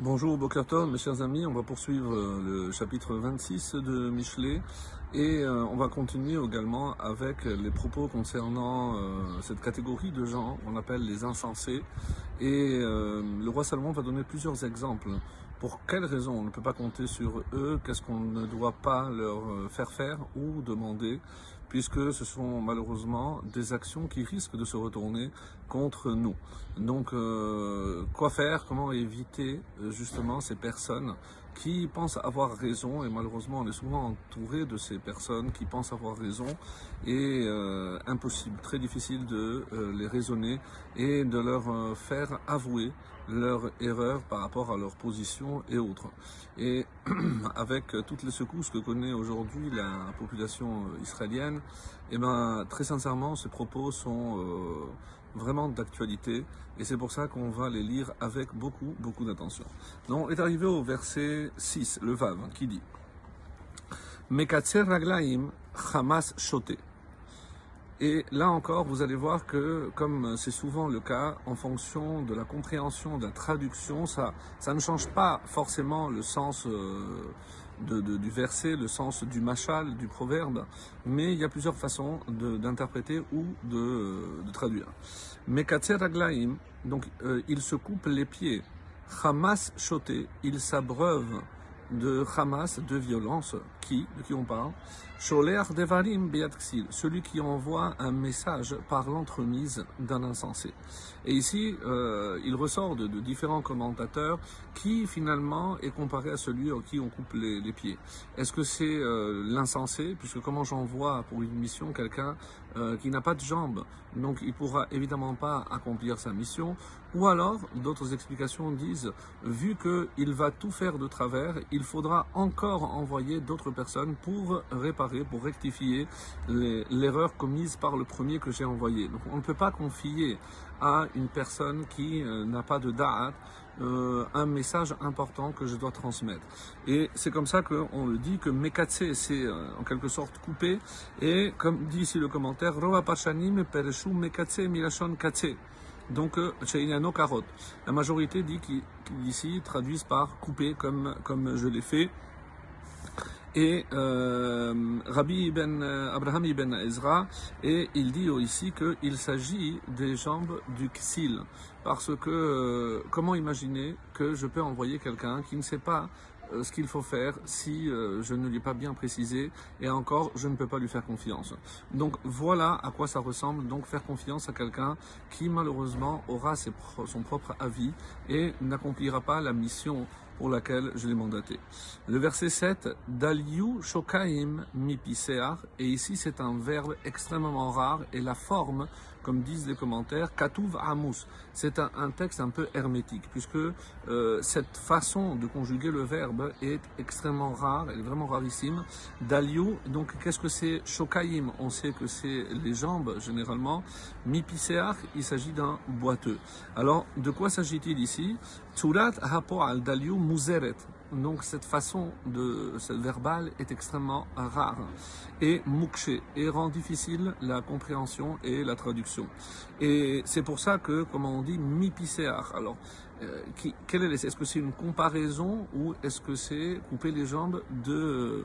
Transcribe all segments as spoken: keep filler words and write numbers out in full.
Bonjour Boker Tov, mes chers amis, on va poursuivre le chapitre vingt-six de Michelet et euh, on va continuer également avec les propos concernant euh, cette catégorie de gens qu'on appelle les insensés. Et euh, le roi Salomon va donner plusieurs exemples. Pour quelles raisons on ne peut pas compter sur eux, qu'est-ce qu'on ne doit pas leur faire faire ou demander, puisque ce sont malheureusement des actions qui risquent de se retourner contre nous. Donc, euh, quoi faire, comment éviter justement ces personnes qui pensent avoir raison, et malheureusement on est souvent entouré de ces personnes qui pensent avoir raison, et euh, impossible, très difficile de euh, les raisonner et de leur euh, faire avouer leur erreur par rapport à leur position et autres. Et avec toutes les secousses que connaît aujourd'hui la population israélienne, et ben très sincèrement ces propos sont euh, vraiment d'actualité, et c'est pour ça qu'on va les lire avec beaucoup, beaucoup d'attention. Donc, on est arrivé au verset six, le Vav, qui dit « Mekatser raglaim chamas shote ». Et là encore, vous allez voir que, comme c'est souvent le cas, en fonction de la compréhension, de la traduction, ça, ça ne change pas forcément le sens euh, de, de, du verset, le sens du machal, du proverbe, mais il y a plusieurs façons d'interpréter ou de, de traduire. Mekatser raglaim, donc euh, il se coupe les pieds. Chamas shote, il s'abreuve de Hamas, de violence, qui, de qui on parle, Sholer devarim beatksil, celui qui envoie un message par l'entremise d'un insensé. Et ici, euh, il ressort de, de différents commentateurs qui finalement est comparé à celui à qui on coupe les, les pieds. Est-ce que c'est euh, l'insensé, puisque comment j'envoie pour une mission quelqu'un euh, qui n'a pas de jambes, donc il pourra évidemment pas accomplir sa mission, ou alors d'autres explications disent, vu qu'il va tout faire de travers, il faudra encore envoyer d'autres personnes pour réparer, pour rectifier l'erreur commise par le premier que j'ai envoyé. Donc on ne peut pas confier à une personne qui euh, n'a pas de da'at euh, un message important que je dois transmettre. Et c'est comme ça qu'on le dit que mekatse, c'est euh, en quelque sorte coupé, et comme dit ici le commentaire, Rova Parshanim pereshu mekatse milashon katse. Donc, Cheinano Karot. La majorité dit qu'ici traduisent par couper comme, comme je l'ai fait. Et euh, Rabbi ibn Abraham ibn Ezra, et il dit ici qu'il s'agit des jambes du ksil. Parce que, euh, comment imaginer que je peux envoyer quelqu'un qui ne sait pas euh, ce qu'il faut faire si euh, je ne lui ai pas bien précisé, et encore, je ne peux pas lui faire confiance. Donc voilà à quoi ça ressemble, donc faire confiance à quelqu'un qui malheureusement aura ses, son propre avis et n'accomplira pas la mission pour laquelle je l'ai mandaté. Le verset sept, Daliu shokaim mipiseach, et ici c'est un verbe extrêmement rare, et la forme, comme disent les commentaires, katuv amus, c'est un, un texte un peu hermétique, puisque euh, cette façon de conjuguer le verbe est extrêmement rare, elle est vraiment rarissime. Daliu, donc qu'est-ce que c'est shokaim? On sait que c'est les jambes généralement. Mipiseach, il s'agit d'un boiteux. Alors, de quoi s'agit-il ici? Tsurat hapo al daliu muzeret. Donc cette façon de cette verbale est extrêmement rare et mukshe, et rend difficile la compréhension et la traduction. Et c'est pour ça que, comment on dit, mipiseach. Alors, euh, qui, quelle est, est-ce que c'est une comparaison ou est-ce que c'est couper les jambes de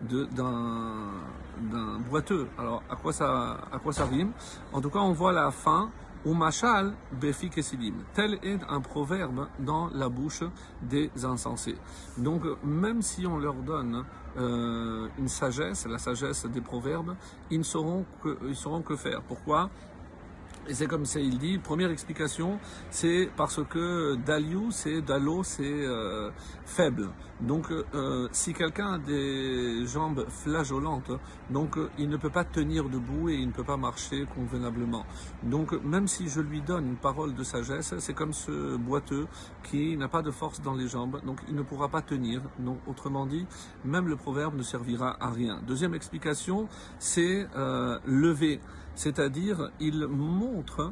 d'un d'un boiteux? Alors, à quoi ça à quoi ça rime? En tout cas, on voit la fin. Ou machal befi kesidim. Tel est un proverbe dans la bouche des insensés. Donc, même si on leur donne euh, une sagesse, la sagesse des proverbes, ils ne sauront que, ils sauront que faire. Pourquoi? Et c'est comme ça, il dit, première explication, c'est parce que Daliou, c'est Dalo, c'est euh, faible. Donc, euh, si quelqu'un a des jambes flageolantes, donc euh, il ne peut pas tenir debout et il ne peut pas marcher convenablement. Donc, même si je lui donne une parole de sagesse, c'est comme ce boiteux qui n'a pas de force dans les jambes, donc il ne pourra pas tenir. Donc, autrement dit, même le proverbe ne servira à rien. Deuxième explication, c'est euh, lever. C'est-à-dire, il montre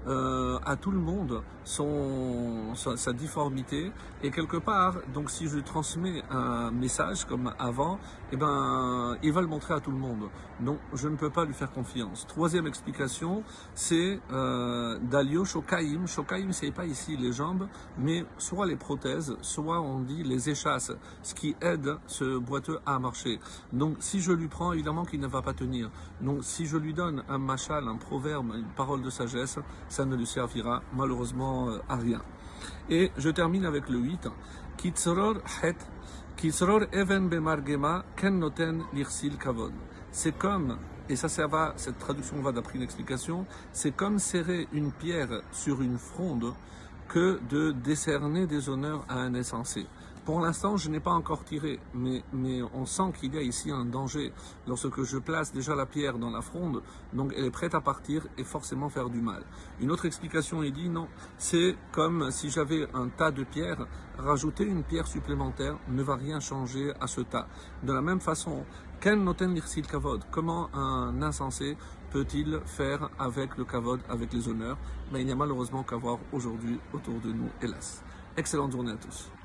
euh, à tout le monde son, sa, sa difformité, et quelque part, donc si je transmets un message comme avant, eh ben, il va le montrer à tout le monde. Donc je ne peux pas lui faire confiance. Troisième explication, c'est euh, Dalio Shokaim. Shokaim, c'est pas ici les jambes, mais soit les prothèses, soit on dit les échasses, ce qui aide ce boiteux à marcher. Donc si je lui prends, évidemment qu'il ne va pas tenir. Donc si je lui donne un machal, un proverbe, une parole de sagesse, ça ne lui servira malheureusement à rien. Et je termine avec le huit. Kitzror het, Kitzror even bemargema ken noten lirsil kavod. C'est comme, et ça, ça va, cette traduction va d'après une explication, c'est comme serrer une pierre sur une fronde que de décerner des honneurs à un insensé. Pour l'instant, je n'ai pas encore tiré, mais, mais on sent qu'il y a ici un danger. Lorsque je place déjà la pierre dans la fronde, donc elle est prête à partir et forcément faire du mal. Une autre explication est dit, non, c'est comme si j'avais un tas de pierres, rajouter une pierre supplémentaire ne va rien changer à ce tas. De la même façon, Ken noten lirsil kavod, comment un insensé peut-il faire avec le kavod, avec les honneurs? Mais il n'y a malheureusement qu'à voir aujourd'hui autour de nous, hélas. Excellente journée à tous.